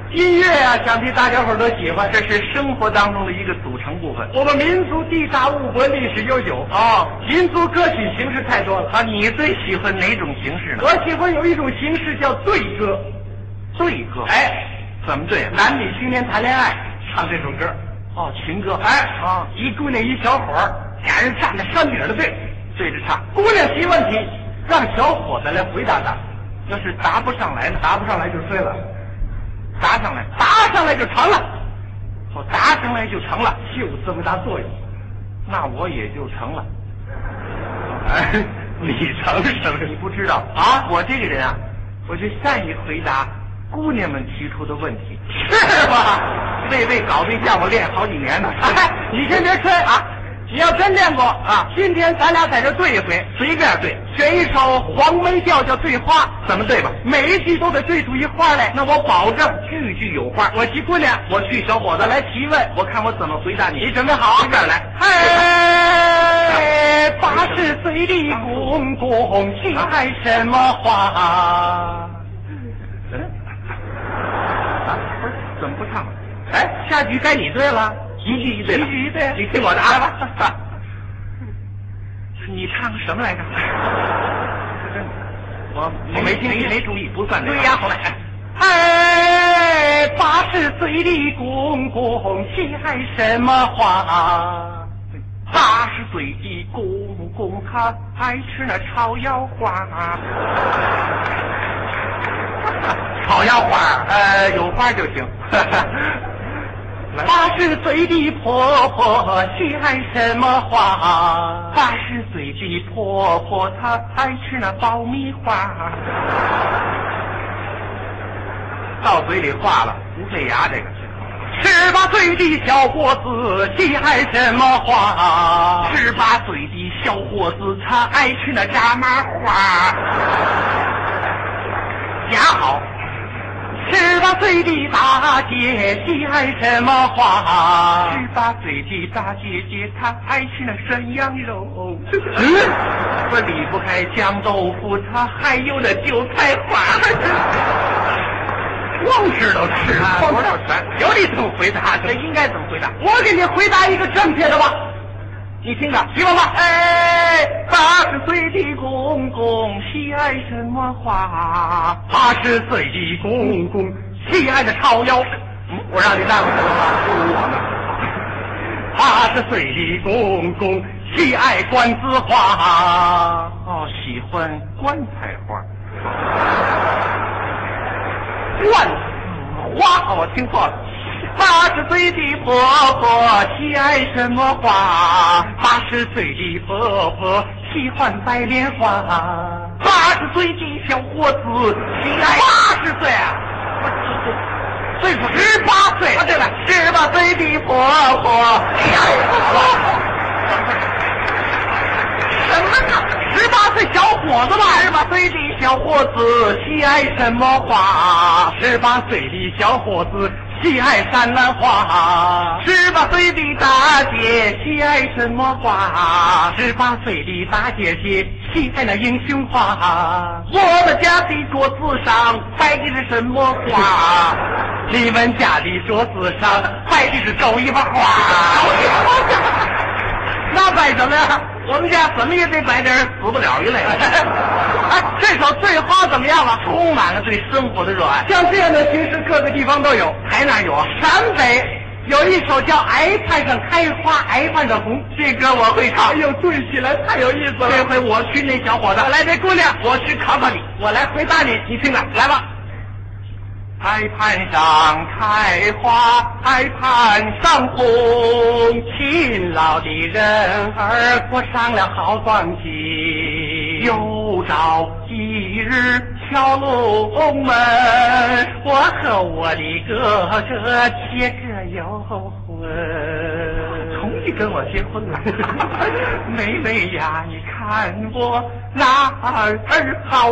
音乐啊，想必大家伙都喜欢， 这是生活当中的一个组成部分。 我们民族地大物博，历史悠久哦， 民族歌曲形式太多了。 啊，你最喜欢哪种形式呢？ 我喜欢有一种形式叫对歌。 对歌？ 哎， 怎么对啊？ 男女青年谈恋爱唱这首歌。 哦，情歌。 哎， 啊， 一姑娘一小伙儿，俩人站在山顶的对着唱。 姑娘提问题，让小伙子来回答答。 要是答不上来呢？ 答不上来就衰了。 答上来， 答上来就成了。 哦，答上来就成了， 就这么大作用。 那我也就成了。 哎，你成什么？ 你不知道啊？我这个人啊，我就善于回答姑娘们提出的问题， 是吧？ 为搞对象我练好几年呢。 哎，你先别吹啊！你要真练过啊，今天咱俩在这对一回， 随便对， 选一首黄梅调叫对花， 怎么对吧？ 每一句都得对出一花来。 那我保证句句有花。 我提姑娘， 我去小伙子来提问， 我看我怎么回答你。 你准备好？ 随便来。 哎，80岁的公公喜爱什么花？ 怎么不唱了？ 哎，下句该你对了， 一句一对， 一句一对。 你听我的啊！你唱什么来着？我没听，没注意，不算那个。 对呀，好来。哎，80岁的公公喜爱什么花 ？80岁的公公他爱吃那炒腰花。 炒腰花， 有花就行。 80岁的婆婆喜爱什么花 ？80岁的婆婆她爱吃那爆米花。到嘴里化了，不费牙这个。 18岁的小伙子喜爱什么花 ？18岁的小伙子他爱吃那炸麻花。 牙好。18岁的大姐喜爱什么花 ？18岁的大姐姐她爱吃那涮羊肉。不离不开酱豆腐，她还有那韭菜花。 光吃都吃， 光吃全。有你怎么回答？这应该怎么回答？ 我给你回答一个正确的吧。 你听着， 听我吧。 哎，80岁的公公喜爱什么花 ？80岁的公公喜爱的炒腰。我让你带回去了吧？不如我呢。80岁的公公喜爱栾子花。 哦，喜欢棺材花。 栾子花， 我听错了。 80岁的婆婆喜爱什么花？80岁的婆婆喜欢白莲花。 80岁的小伙子喜爱 80岁啊！ 岁数 18岁啊！对了 ，18岁的婆婆喜爱什么呢？18岁小伙子吧 ，18岁的小伙子喜爱什么花 ？18岁的小伙子喜爱山兰花。 18岁的大姐喜爱什么花 ？18岁的大姐姐喜爱那英雄花。 我们家的桌子上摆的是什么花？ 你们家的桌子上摆的是狗尾巴花。 那摆什么呀？我们家怎么也得摆点死不了一类的。 哎，这首对花怎么样了？ 充满了对生活的热爱。 像这样的形式各个地方都有， 还哪有啊？ 陕北有一首叫《崖畔上开花崖畔上红》， 这歌我会唱。 哎呦，对起来太有意思了。 这回我去那小伙子， 来这姑娘， 我去考考你， 我来回答你，你听着， 来吧。 海滩上开花，海滩上红，勤劳的人儿过上了好光景。有朝一日敲龙门，我和我的哥哥结个有婚。 同意跟我结婚了。 妹妹呀，你看我哪儿好？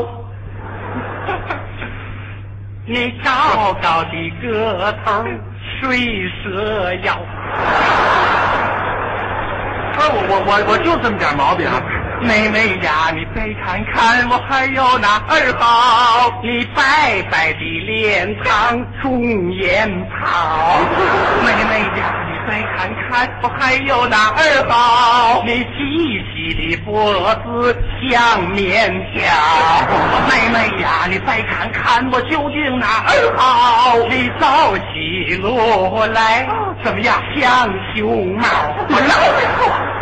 你高高的个头，水蛇腰。 我就这么点毛病啊！ 妹妹呀，你再看看我还有哪儿好？ 你白白的脸庞中眼泡。 妹妹呀，你再看看我还有哪儿好？ 你细细的脖子像面条。 妹妹呀，你再看看我究竟哪儿好？ 你走起路来怎么样？ 像熊猫。 我老实说。